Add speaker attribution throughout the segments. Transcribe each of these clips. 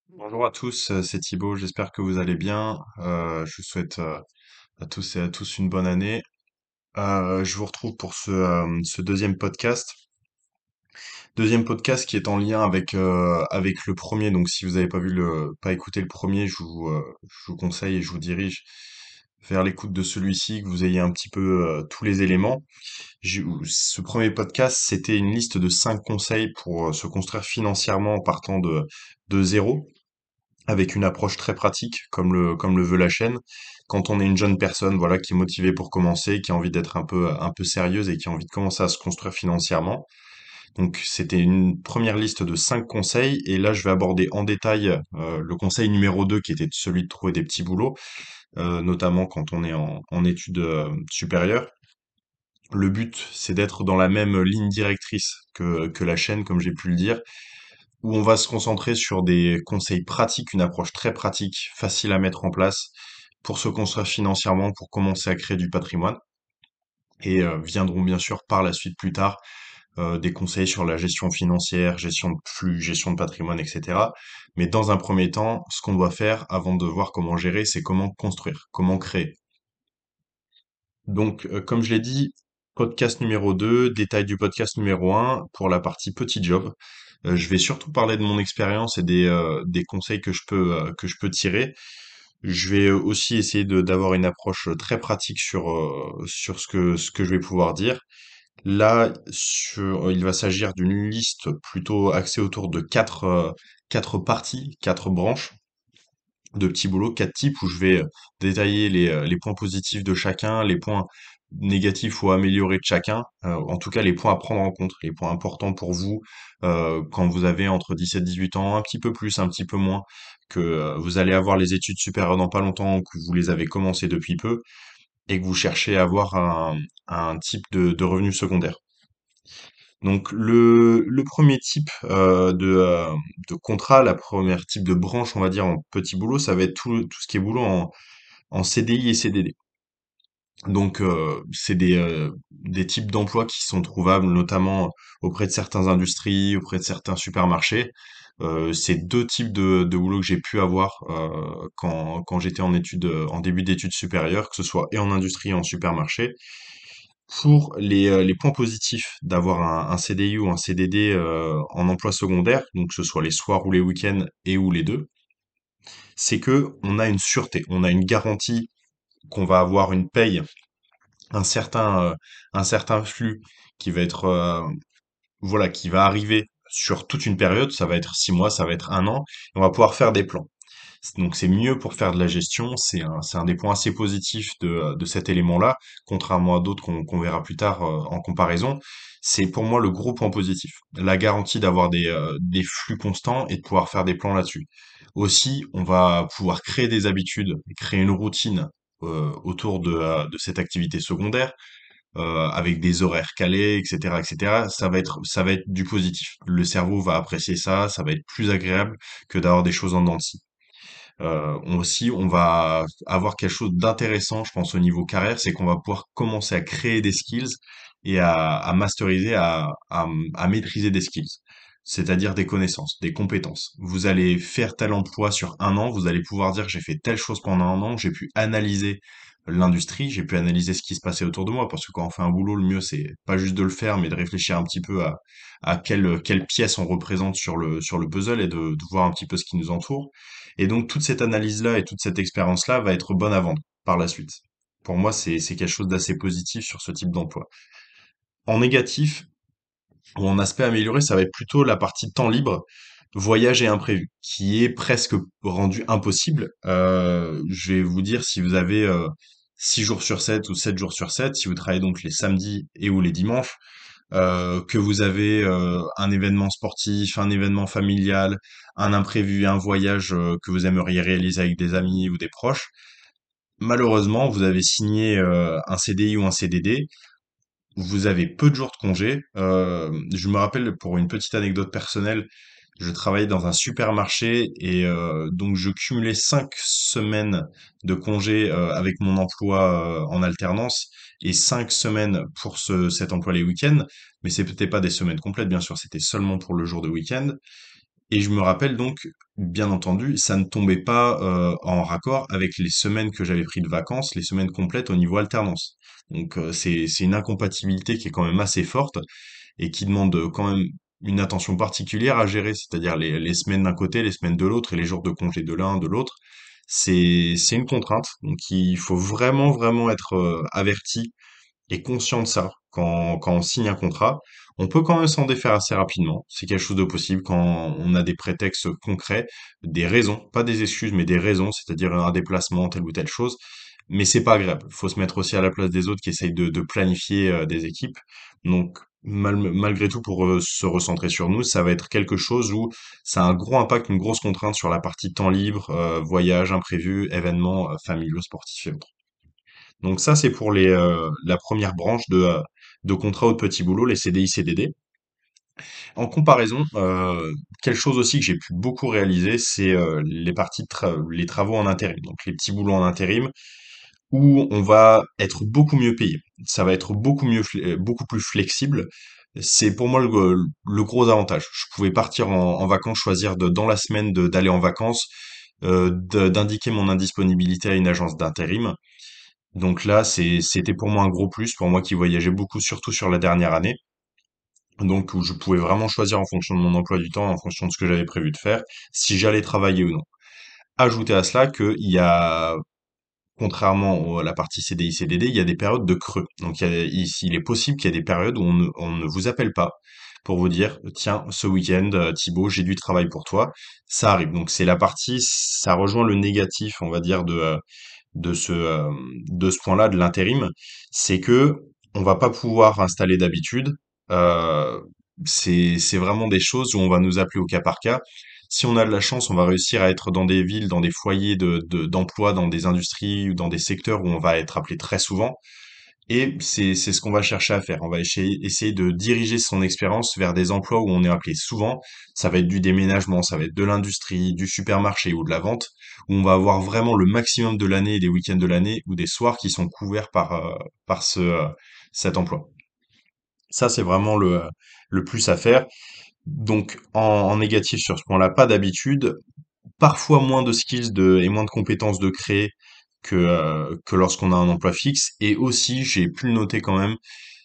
Speaker 1: Bonjour à tous, c'est Thibaut, j'espère que vous allez bien. Je vous souhaite à tous et à tous une bonne année. Je vous retrouve pour ce deuxième podcast. Deuxième podcast qui est en lien avec le premier. Donc si vous n'avez pas écouté le premier, je vous conseille et je vous dirige vers l'écoute de celui-ci, que vous ayez un petit peu tous les éléments. Ce premier podcast, c'était une liste de 5 conseils pour se construire financièrement en partant de zéro, avec une approche très pratique, comme le veut la chaîne. Quand on est une jeune personne, voilà, qui est motivée pour commencer, qui a envie d'être un peu sérieuse et qui a envie de commencer à se construire financièrement. Donc, c'était une première liste de 5 conseils. Et là, je vais aborder en détail le conseil numéro 2, qui était celui de trouver des petits boulots, notamment quand on est en études supérieures. Le but, c'est d'être dans la même ligne directrice que la chaîne, comme j'ai pu le dire, où on va se concentrer sur des conseils pratiques, une approche très pratique, facile à mettre en place pour se construire financièrement, pour commencer à créer du patrimoine. Et viendront bien sûr par la suite plus tard des conseils sur la gestion financière, gestion de flux, gestion de patrimoine, etc. Mais dans un premier temps, ce qu'on doit faire avant de voir comment gérer, c'est comment construire, comment créer. Donc, comme je l'ai dit, podcast numéro 2, détail du podcast numéro un pour la partie petit job. Je vais surtout parler de mon expérience et des conseils que je peux tirer. Je vais aussi essayer d'avoir une approche très pratique sur ce que je vais pouvoir dire. Là, il va s'agir d'une liste plutôt axée autour de quatre parties, quatre branches de petits boulots, quatre types où je vais détailler les points positifs de chacun, les points négatifs ou améliorés de chacun, en tout cas les points à prendre en compte, les points importants pour vous quand vous avez entre 17 et 18 ans, un petit peu plus, un petit peu moins, que vous allez avoir les études supérieures dans pas longtemps, que vous les avez commencées depuis peu, et que vous cherchez à avoir un type de revenu secondaire. Donc le premier type de contrat, la première type de branche, on va dire, en petit boulot, ça va être tout ce qui est boulot en CDI et CDD. Donc c'est des types d'emplois qui sont trouvables notamment auprès de certaines industries, auprès de certains supermarchés. C'est deux types de boulot que j'ai pu avoir quand j'étais en études, en début d'études supérieures, que ce soit et en industrie et en supermarché. Pour les points positifs d'avoir un CDI ou un CDD en emploi secondaire, donc que ce soit les soirs ou les week-ends et ou les deux, c'est que on a une sûreté, on a une garantie qu'on va avoir une paye, un certain, euh, un certain flux qui va être voilà, qui va arriver sur toute une période, ça va être 6 mois, ça va être un an, et on va pouvoir faire des plans. Donc c'est mieux pour faire de la gestion, c'est un des points assez positifs de cet élément-là, contrairement à d'autres qu'on verra plus tard en comparaison. C'est pour moi le gros point positif, la garantie d'avoir des flux constants et de pouvoir faire des plans là-dessus. Aussi, on va pouvoir créer des habitudes, créer une routine autour de cette activité secondaire, avec des horaires calés, etc., etc. Ça va être du positif. Le cerveau va apprécier ça, ça va être plus agréable que d'avoir des choses en dents de scie. On va avoir quelque chose d'intéressant, je pense, au niveau carrière, c'est qu'on va pouvoir commencer à créer des skills et à masteriser, à maîtriser des skills, c'est-à-dire des connaissances, des compétences. Vous allez faire tel emploi sur un an, vous allez pouvoir dire j'ai fait telle chose pendant un an, j'ai pu analyser l'industrie, j'ai pu analyser ce qui se passait autour de moi, parce que quand on fait un boulot, le mieux c'est pas juste de le faire, mais de réfléchir un petit peu à quelle pièce on représente sur le puzzle et de voir un petit peu ce qui nous entoure. Et donc toute cette analyse-là et toute cette expérience-là va être bonne à vendre par la suite. Pour moi, c'est quelque chose d'assez positif sur ce type d'emploi. En négatif, ou en aspect amélioré, ça va être plutôt la partie temps libre, voyage et imprévu, qui est presque rendu impossible. Je vais vous dire, si vous avez 6 jours sur 7 ou 7 jours sur 7, si vous travaillez donc les samedis et ou les dimanches, que vous avez un événement sportif, un événement familial, un imprévu, un voyage que vous aimeriez réaliser avec des amis ou des proches, malheureusement, vous avez signé un CDI ou un CDD, vous avez peu de jours de congé. Je me rappelle, pour une petite anecdote personnelle, je travaillais dans un supermarché et donc je cumulais 5 semaines de congé avec mon emploi en alternance et 5 semaines pour cet emploi les week-ends. Mais c'était pas des semaines complètes, bien sûr, c'était seulement pour le jour de week-end. Et je me rappelle donc, bien entendu, ça ne tombait pas en raccord avec les semaines que j'avais pris de vacances, les semaines complètes au niveau alternance. Donc c'est une incompatibilité qui est quand même assez forte et qui demande quand même une attention particulière à gérer, c'est-à-dire les semaines d'un côté, les semaines de l'autre et les jours de congé de l'un, de l'autre. C'est une contrainte, donc il faut vraiment, vraiment être averti et conscient de ça quand on signe un contrat. On peut quand même s'en défaire assez rapidement. C'est quelque chose de possible quand on a des prétextes concrets, des raisons, pas des excuses, mais des raisons, c'est-à-dire un déplacement, telle ou telle chose. Mais c'est pas agréable. Faut se mettre aussi à la place des autres qui essayent de planifier des équipes. Donc, malgré tout, pour se recentrer sur nous, ça va être quelque chose où ça a un gros impact, une grosse contrainte sur la partie temps libre, voyage, imprévus, événements familiaux, sportifs et autres. Donc ça, c'est pour la première branche de contrat ou de petit boulot, les CDI, CDD. En comparaison, quelque chose aussi que j'ai pu beaucoup réaliser, c'est les parties les travaux en intérim, donc les petits boulots en intérim, où on va être beaucoup mieux payé. Ça va être beaucoup plus flexible. C'est pour moi le gros avantage. Je pouvais partir en vacances, choisir dans la semaine d'aller en vacances, d'indiquer mon indisponibilité à une agence d'intérim. Donc là, c'était pour moi un gros plus, pour moi qui voyageais beaucoup, surtout sur la dernière année. Donc où je pouvais vraiment choisir en fonction de mon emploi du temps, en fonction de ce que j'avais prévu de faire, si j'allais travailler ou non. Ajoutez à cela qu'il y a, contrairement à la partie CDI, CDD, il y a des périodes de creux. Donc il est possible qu'il y ait des périodes où on ne vous appelle pas pour vous dire, tiens, ce week-end, Thibaut, j'ai du travail pour toi. Ça arrive. Donc c'est la partie, ça rejoint le négatif, on va dire, de ce point-là de l'intérim, c'est que on va pas pouvoir installer d'habitude. Euh, c'est vraiment des choses où on va nous appeler au cas par cas. Si on a de la chance, on va réussir à être dans des villes, dans des foyers d'emploi, dans des industries ou dans des secteurs où on va être appelé très souvent. Et c'est ce qu'on va chercher à faire. On va essayer de diriger son expérience vers des emplois où on est appelé souvent. Ça va être du déménagement, ça va être de l'industrie, du supermarché ou de la vente, où on va avoir vraiment le maximum de l'année et des week-ends de l'année ou des soirs qui sont couverts par cet emploi. Ça, c'est vraiment le plus à faire. Donc, en négatif sur ce point-là, pas d'habitude, parfois moins de skills et moins de compétences de créer que lorsqu'on a un emploi fixe. Et aussi, j'ai pu le noter quand même,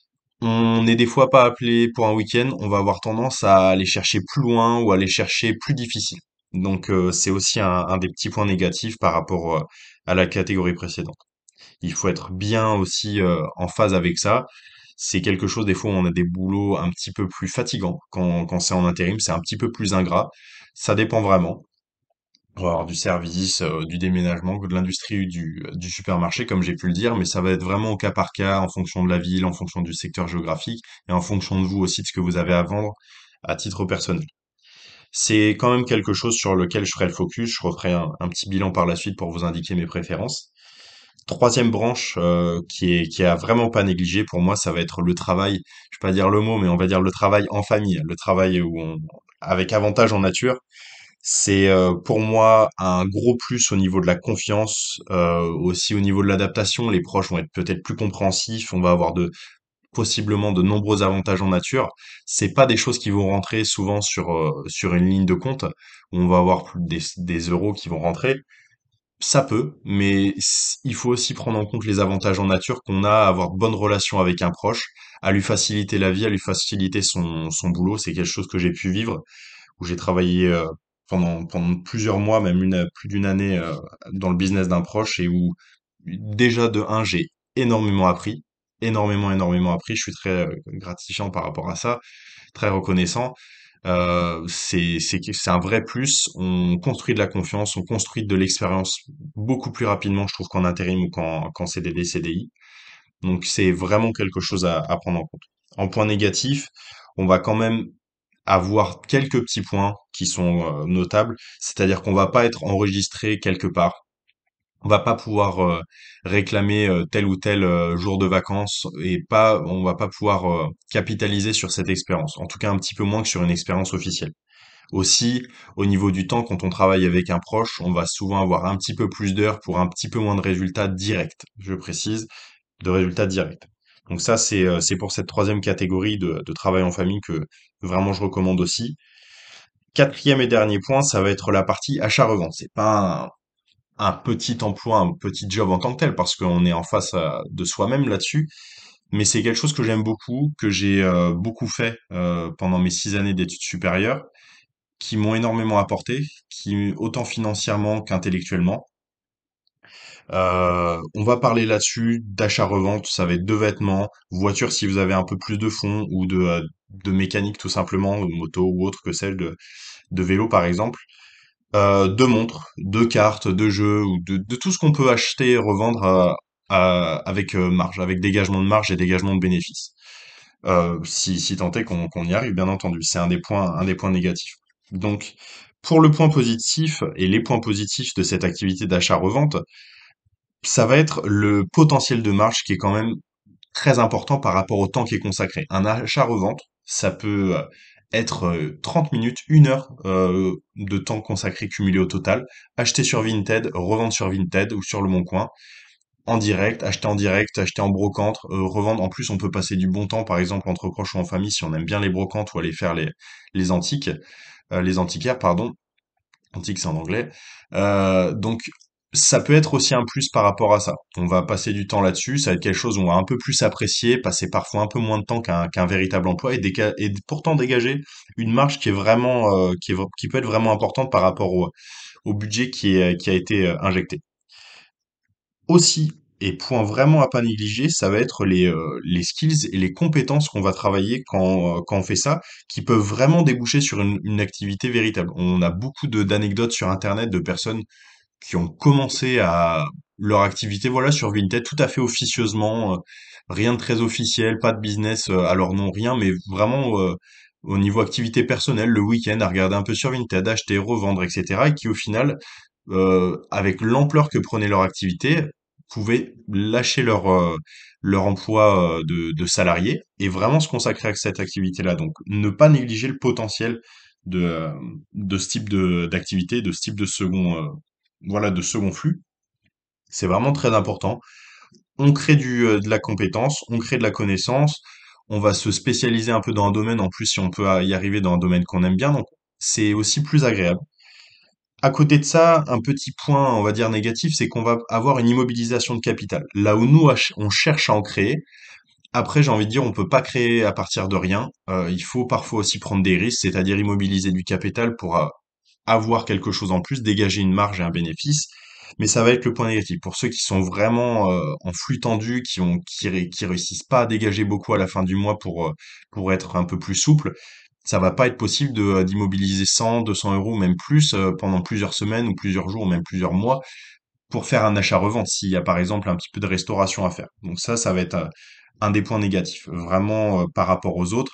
Speaker 1: on est des fois pas appelé pour un week-end, on va avoir tendance à aller chercher plus loin ou à aller chercher plus difficile. Donc c'est aussi un des petits points négatifs par rapport à la catégorie précédente. Il faut être bien aussi en phase avec ça. C'est quelque chose, des fois, où on a des boulots un petit peu plus fatigants quand c'est en intérim, c'est un petit peu plus ingrat. Ça dépend vraiment. On va avoir du service, du déménagement, de l'industrie ou du supermarché, comme j'ai pu le dire, mais ça va être vraiment au cas par cas, en fonction de la ville, en fonction du secteur géographique, et en fonction de vous aussi, de ce que vous avez à vendre à titre personnel. C'est quand même quelque chose sur lequel je ferai le focus, je referai un petit bilan par la suite pour vous indiquer mes préférences. Troisième branche qui est à vraiment pas négliger pour moi, ça va être le travail, je vais pas dire le mot, mais on va dire le travail en famille, le travail avec avantage en nature. C'est pour moi un gros plus au niveau de la confiance, aussi au niveau de l'adaptation. Les proches vont être peut-être plus compréhensifs. On va avoir possiblement de nombreux avantages en nature. C'est pas des choses qui vont rentrer souvent sur une ligne de compte où on va avoir des euros qui vont rentrer. Ça peut, mais il faut aussi prendre en compte les avantages en nature qu'on a à avoir de bonnes relations avec un proche, à lui faciliter la vie, à lui faciliter son boulot. C'est quelque chose que j'ai pu vivre où j'ai travaillé pendant plusieurs mois, même plus d'une année dans le business d'un proche et où déjà de un, j'ai énormément appris, énormément appris. Je suis très gratifiant par rapport à ça, très reconnaissant. C'est un vrai plus. On construit de la confiance, on construit de l'expérience beaucoup plus rapidement, je trouve, qu'en intérim ou qu'en CDD, CDI. Donc c'est vraiment quelque chose à prendre en compte. En point négatif, on va quand même avoir quelques petits points qui sont notables, c'est-à-dire qu'on va pas être enregistré quelque part. On va pas pouvoir réclamer tel ou tel jour de vacances et on va pas pouvoir capitaliser sur cette expérience. En tout cas, un petit peu moins que sur une expérience officielle. Aussi, au niveau du temps, quand on travaille avec un proche, on va souvent avoir un petit peu plus d'heures pour un petit peu moins de résultats directs. Je précise, de résultats directs. Donc ça, c'est pour cette troisième catégorie de travail en famille que vraiment je recommande aussi. Quatrième et dernier point, ça va être la partie achat-revente. C'est pas un petit emploi, un petit job en tant que tel, parce qu'on est en face de soi-même là-dessus. Mais c'est quelque chose que j'aime beaucoup, que j'ai beaucoup fait pendant mes 6 années d'études supérieures, qui m'ont énormément apporté, qui autant financièrement qu'intellectuellement. On va parler là-dessus d'achat-revente, ça va être de vêtements, voiture si vous avez un peu plus de fonds, ou de mécanique tout simplement, ou moto ou autre que celle de vélo par exemple. De montres, de cartes, de jeux, ou de tout ce qu'on peut acheter et revendre avec marge, avec dégagement de marge et dégagement de bénéfices. Si tant est qu'on y arrive, bien entendu. C'est un des points négatifs. Donc, pour le point positif et les points positifs de cette activité d'achat-revente, ça va être le potentiel de marge qui est quand même très important par rapport au temps qui est consacré. Un achat-revente, ça peut être 30 minutes, 1 heure de temps consacré cumulé au total. Acheter sur Vinted, revendre sur Vinted ou sur Le Bon Coin, en direct, acheter en brocante, revendre. En plus, on peut passer du bon temps, par exemple, entre proches ou en famille, si on aime bien les brocantes ou aller faire les antiques, les antiquaires, pardon. Antique, c'est en anglais. Donc, ça peut être aussi un plus par rapport à ça. On va passer du temps là-dessus, ça va être quelque chose où on va un peu plus apprécier, passer parfois un peu moins de temps qu'un véritable emploi et pourtant dégager une marge qui est vraiment, qui peut être vraiment importante par rapport au budget qui a été injecté. Aussi, et point vraiment à pas négliger, ça va être les skills et les compétences qu'on va travailler quand on fait ça, qui peuvent vraiment déboucher sur une activité véritable. On a beaucoup d'anecdotes sur Internet de personnes qui ont commencé à leur activité, voilà, sur Vinted, tout à fait officieusement, rien de très officiel, pas de business à leur nom, rien, mais vraiment au niveau activité personnelle, le week-end, à regarder un peu sur Vinted, acheter, revendre, etc., et qui au final, avec l'ampleur que prenait leur activité, pouvaient lâcher leur emploi de salarié et vraiment se consacrer à cette activité-là. Donc, ne pas négliger le potentiel de, euh, de ce type d'activité, de ce type de voilà, de second flux. C'est vraiment très important. On crée de la compétence, on crée de la connaissance, on va se spécialiser un peu dans un domaine, en plus si on peut y arriver dans un domaine qu'on aime bien, donc c'est aussi plus agréable. À côté de ça, un petit point, on va dire négatif, c'est qu'on va avoir une immobilisation de capital. Là où nous, on cherche à en créer, après, j'ai envie de dire, on peut pas créer à partir de rien. Il faut parfois aussi prendre des risques, c'est-à-dire immobiliser du capital pour avoir quelque chose en plus, dégager une marge et un bénéfice. Mais ça va être le point négatif. Pour ceux qui sont vraiment en flux tendu, qui réussissent pas à dégager beaucoup à la fin du mois pour être un peu plus souple, ça va pas être possible d'immobiliser 100, 200 euros, même plus, pendant plusieurs semaines ou plusieurs jours, ou même plusieurs mois, pour faire un achat-revente, s'il y a par exemple un petit peu de restauration à faire. Donc ça va être un des points négatifs. Vraiment, par rapport aux autres,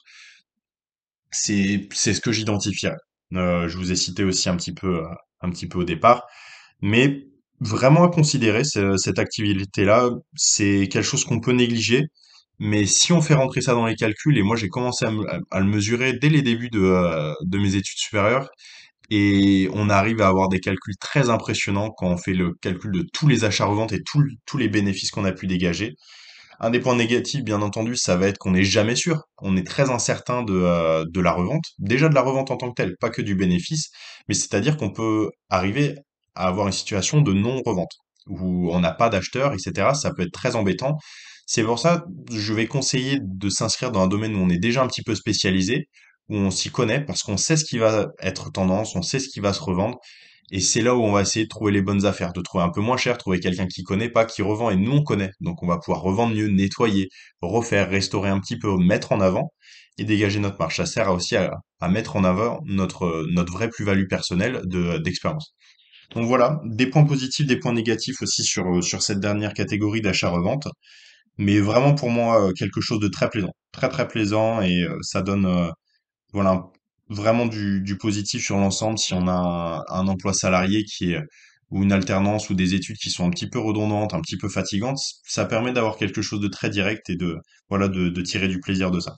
Speaker 1: c'est ce que j'identifierais. Je vous ai cité aussi un petit peu au départ, mais vraiment à considérer cette activité-là, c'est quelque chose qu'on peut négliger. Mais si on fait rentrer ça dans les calculs, et moi j'ai commencé à le mesurer dès les débuts de mes études supérieures, et on arrive à avoir des calculs très impressionnants quand on fait le calcul de tous les achats-reventes et tous les bénéfices qu'on a pu dégager. Un des points négatifs, bien entendu, ça va être qu'on n'est jamais sûr. On est très incertain de la revente. Déjà de la revente en tant que telle, pas que du bénéfice, mais c'est-à-dire qu'on peut arriver à avoir une situation de non-revente, où on n'a pas d'acheteur, etc. Ça peut être très embêtant. C'est pour ça, je vais conseiller de s'inscrire dans un domaine où on est déjà un petit peu spécialisé, où on s'y connaît, parce qu'on sait ce qui va être tendance, on sait ce qui va se revendre, et c'est là où on va essayer de trouver les bonnes affaires, de trouver un peu moins cher, trouver quelqu'un qui connaît pas, qui revend et nous on connaît. Donc on va pouvoir revendre mieux, nettoyer, refaire, restaurer un petit peu, mettre en avant et dégager notre marge. Ça sert aussi à mettre en avant notre vraie plus-value personnelle d'expérience. Donc voilà, des points positifs, des points négatifs aussi sur cette dernière catégorie d'achat-revente. Mais vraiment pour moi, quelque chose de très plaisant. Très très plaisant et ça donne voilà, vraiment du positif sur l'ensemble si on a un emploi salarié ou une alternance ou des études qui sont un petit peu redondantes, un petit peu fatigantes, ça permet d'avoir quelque chose de très direct et voilà, de tirer du plaisir de ça.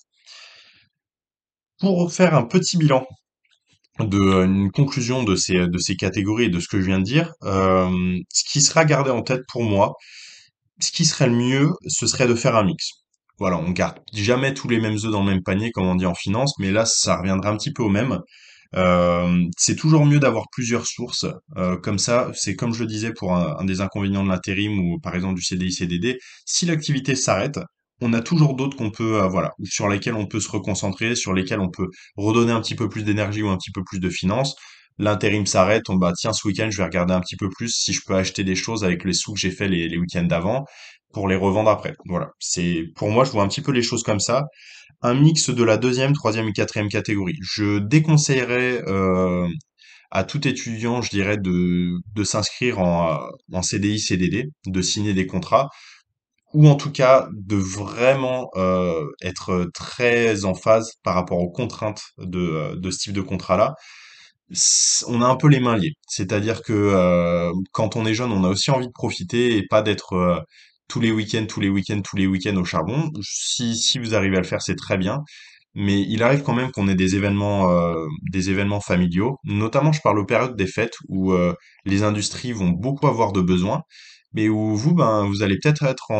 Speaker 1: Pour faire un petit bilan une conclusion de ces catégories et de ce que je viens de dire, ce qui sera gardé en tête pour moi, ce qui serait le mieux, ce serait de faire un mix. Voilà, on garde jamais tous les mêmes œufs dans le même panier, comme on dit en finance, mais là, ça reviendra un petit peu au même. C'est toujours mieux d'avoir plusieurs sources. Comme ça, c'est comme je le disais pour un des inconvénients de l'intérim ou par exemple du CDI, CDD, si l'activité s'arrête, on a toujours d'autres qu'on peut, voilà, ou sur lesquels on peut se reconcentrer, sur lesquels on peut redonner un petit peu plus d'énergie ou un petit peu plus de finances. L'intérim s'arrête, on bah tiens ce week-end je vais regarder un petit peu plus si je peux acheter des choses avec les sous que j'ai fait les week-ends d'avant pour les revendre après. Voilà, c'est pour moi je vois un petit peu les choses comme ça, un mix de la deuxième, troisième et quatrième catégorie. Je déconseillerais à tout étudiant, je dirais, de s'inscrire en CDI, CDD, de signer des contrats, ou en tout cas de vraiment être très en phase par rapport aux contraintes de ce type de contrat-là. On a un peu les mains liées. C'est-à-dire que quand on est jeune, on a aussi envie de profiter et pas d'être tous les week-ends, tous les week-ends, tous les week-ends au charbon. Si vous arrivez à le faire, c'est très bien. Mais il arrive quand même qu'on ait des événements familiaux. Notamment, je parle aux périodes des fêtes où les industries vont beaucoup avoir de besoins, mais où vous, ben, vous allez peut-être être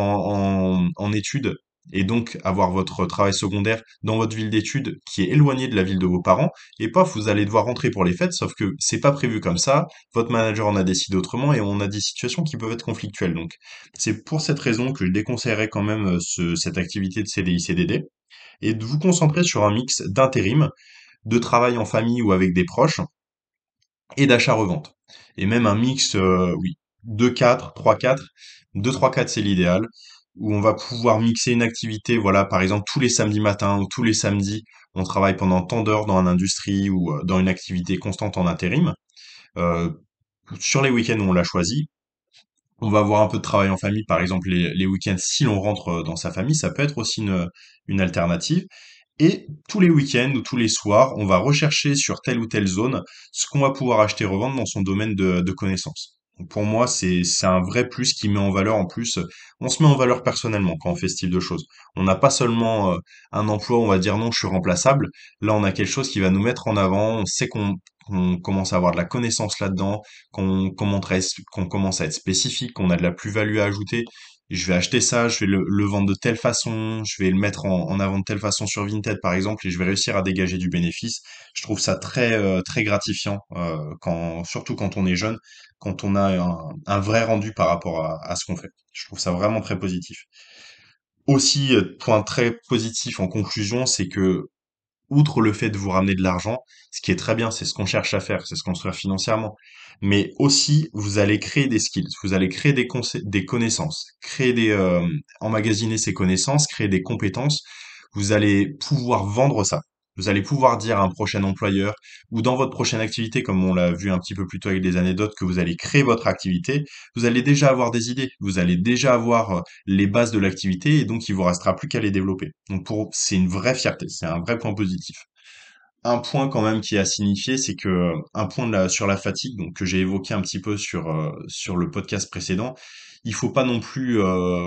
Speaker 1: en études et donc avoir votre travail secondaire dans votre ville d'études qui est éloignée de la ville de vos parents. Et paf, vous allez devoir rentrer pour les fêtes, sauf que c'est pas prévu comme ça. Votre manager en a décidé autrement et on a des situations qui peuvent être conflictuelles. Donc, c'est pour cette raison que je déconseillerais quand même cette activité de CDI, CDD et de vous concentrer sur un mix d'intérim, de travail en famille ou avec des proches et d'achat-revente. Et même un mix, oui, 2-4, 3-4. 2-3-4, c'est l'idéal, où on va pouvoir mixer une activité, voilà, par exemple, tous les samedis matins ou tous les samedis, on travaille pendant tant d'heures dans une industrie ou dans une activité constante en intérim. Euh, sur les week-ends où on l'a choisi, on va avoir un peu de travail en famille, par exemple les week-ends si l'on rentre dans sa famille, ça peut être aussi une alternative. Et tous les week-ends ou tous les soirs, on va rechercher sur telle ou telle zone ce qu'on va pouvoir acheter et revendre dans son domaine de connaissances. Donc pour moi, c'est un vrai plus qui met en valeur en plus. On se met en valeur personnellement quand on fait ce type de choses. On n'a pas seulement un emploi, on va dire non, je suis remplaçable. Là, on a quelque chose qui va nous mettre en avant. On sait qu'on commence à avoir de la connaissance là-dedans, qu'on commence à être spécifique, qu'on a de la plus-value à ajouter. Je vais acheter ça, je vais le vendre de telle façon, je vais le mettre en avant de telle façon sur Vinted par exemple, et je vais réussir à dégager du bénéfice. Je trouve ça très gratifiant surtout quand on est jeune, quand on a un vrai rendu par rapport à ce qu'on fait. Je trouve ça vraiment très positif. Aussi, point très positif en conclusion, c'est que outre le fait de vous ramener de l'argent, ce qui est très bien, c'est ce qu'on cherche à faire, c'est se construire financièrement. Mais aussi, vous allez créer des skills, vous allez créer des connaissances, emmagasiner ces connaissances, créer des compétences. Vous allez pouvoir vendre ça. Vous allez pouvoir dire à un prochain employeur ou dans votre prochaine activité, comme on l'a vu un petit peu plus tôt avec des anecdotes, que vous allez créer votre activité. Vous allez déjà avoir des idées. Vous allez déjà avoir les bases de l'activité et donc il vous restera plus qu'à les développer. Donc c'est une vraie fierté, c'est un vrai point positif. Un point quand même qui a signifié, c'est que un point sur la fatigue, donc que j'ai évoqué un petit peu sur le podcast précédent, il faut pas non plus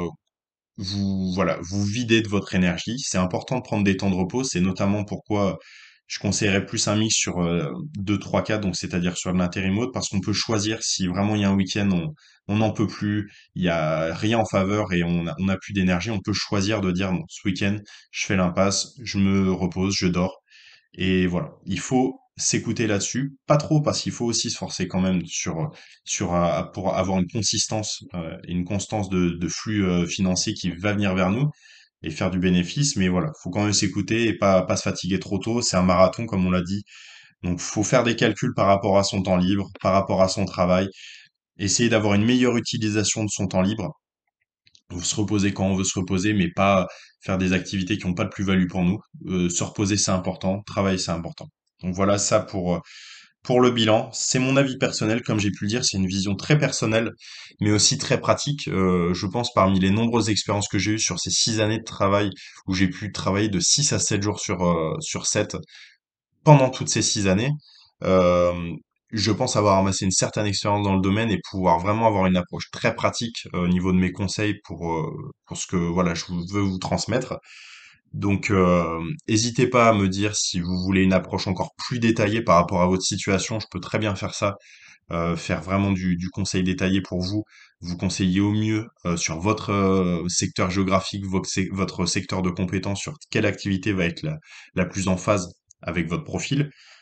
Speaker 1: vous vider de votre énergie. C'est important de prendre des temps de repos. C'est notamment pourquoi je conseillerais plus un mix sur 2, 3 cas, donc c'est-à-dire sur de l'intérim mode, parce qu'on peut choisir si vraiment il y a un week-end, on n'en peut plus, il y a rien en faveur et on a plus d'énergie, on peut choisir de dire non, ce week-end, je fais l'impasse, je me repose, je dors. Et voilà, il faut s'écouter là-dessus, pas trop parce qu'il faut aussi se forcer quand même pour avoir une consistance et une constance de flux financier qui va venir vers nous et faire du bénéfice. Mais voilà, faut quand même s'écouter et pas se fatiguer trop tôt. C'est un marathon comme on l'a dit, donc faut faire des calculs par rapport à son temps libre, par rapport à son travail, essayer d'avoir une meilleure utilisation de son temps libre. Faut se reposer quand on veut se reposer, mais pas faire des activités qui n'ont pas de plus-value pour nous. Se reposer, c'est important. Travailler, c'est important. Donc voilà ça pour le bilan. C'est mon avis personnel, comme j'ai pu le dire, c'est une vision très personnelle, mais aussi très pratique. Je pense parmi les nombreuses expériences que j'ai eues sur ces 6 années de travail, où j'ai pu travailler de 6 à 7 jours sur 7, pendant toutes ces 6 années, euh, je pense avoir amassé une certaine expérience dans le domaine et pouvoir vraiment avoir une approche très pratique au niveau de mes conseils pour ce que voilà je veux vous transmettre. Donc, n'hésitez pas à me dire si vous voulez une approche encore plus détaillée par rapport à votre situation. Je peux très bien faire ça, faire vraiment du conseil détaillé pour vous, vous conseiller au mieux sur votre secteur géographique, votre secteur de compétences, sur quelle activité va être la plus en phase avec votre profil.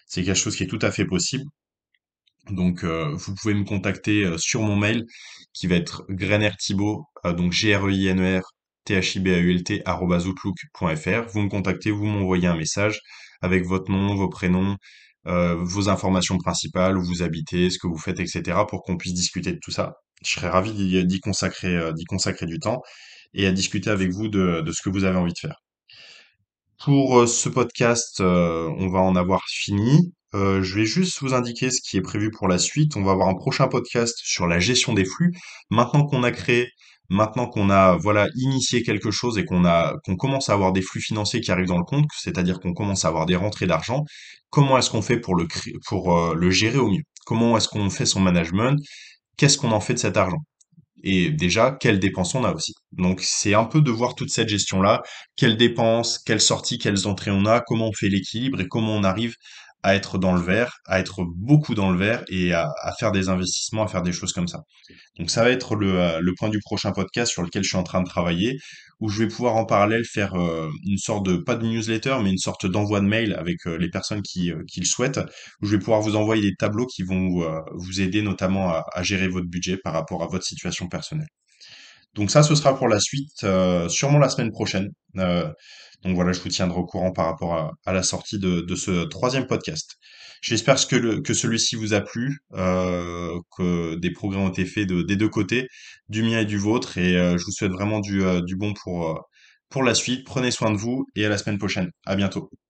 Speaker 1: C'est quelque chose qui est tout à fait possible. Donc, vous pouvez me contacter sur mon mail qui va être grenerthibault, donc GREINER THIBAULT @outlook.fr. Vous me contactez, vous m'envoyez un message avec votre nom, vos prénoms, vos informations principales, où vous habitez, ce que vous faites, etc., pour qu'on puisse discuter de tout ça. Je serais ravi d'y consacrer du temps et à discuter avec vous de ce que vous avez envie de faire. Pour ce podcast, on va en avoir fini. Je vais juste vous indiquer ce qui est prévu pour la suite. On va avoir un prochain podcast sur la gestion des flux. Maintenant qu'on a créé, maintenant qu'on a voilà initié quelque chose et qu'on commence à avoir des flux financiers qui arrivent dans le compte, c'est-à-dire qu'on commence à avoir des rentrées d'argent, comment est-ce qu'on fait pour le gérer au mieux? Comment est-ce qu'on fait son management? Qu'est-ce qu'on en fait de cet argent? Et déjà, quelles dépenses on a aussi. Donc, c'est un peu de voir toute cette gestion-là, quelles dépenses, quelles sorties, quelles entrées on a, comment on fait l'équilibre et comment on arrive à être dans le vert, à être beaucoup dans le vert et à faire des investissements, à faire des choses comme ça. Donc ça va être le point du prochain podcast sur lequel je suis en train de travailler, où je vais pouvoir en parallèle faire une sorte de, pas de newsletter, mais une sorte d'envoi de mail avec les personnes qui le souhaitent, où je vais pouvoir vous envoyer des tableaux qui vont vous aider notamment à gérer votre budget par rapport à votre situation personnelle. Donc ça, ce sera pour la suite, sûrement la semaine prochaine. Donc voilà, je vous tiendrai au courant par rapport à la sortie de ce troisième podcast. J'espère que celui-ci vous a plu, que des progrès ont été faits des deux côtés, du mien et du vôtre, et je vous souhaite vraiment du bon pour la suite. Prenez soin de vous et à la semaine prochaine. À bientôt.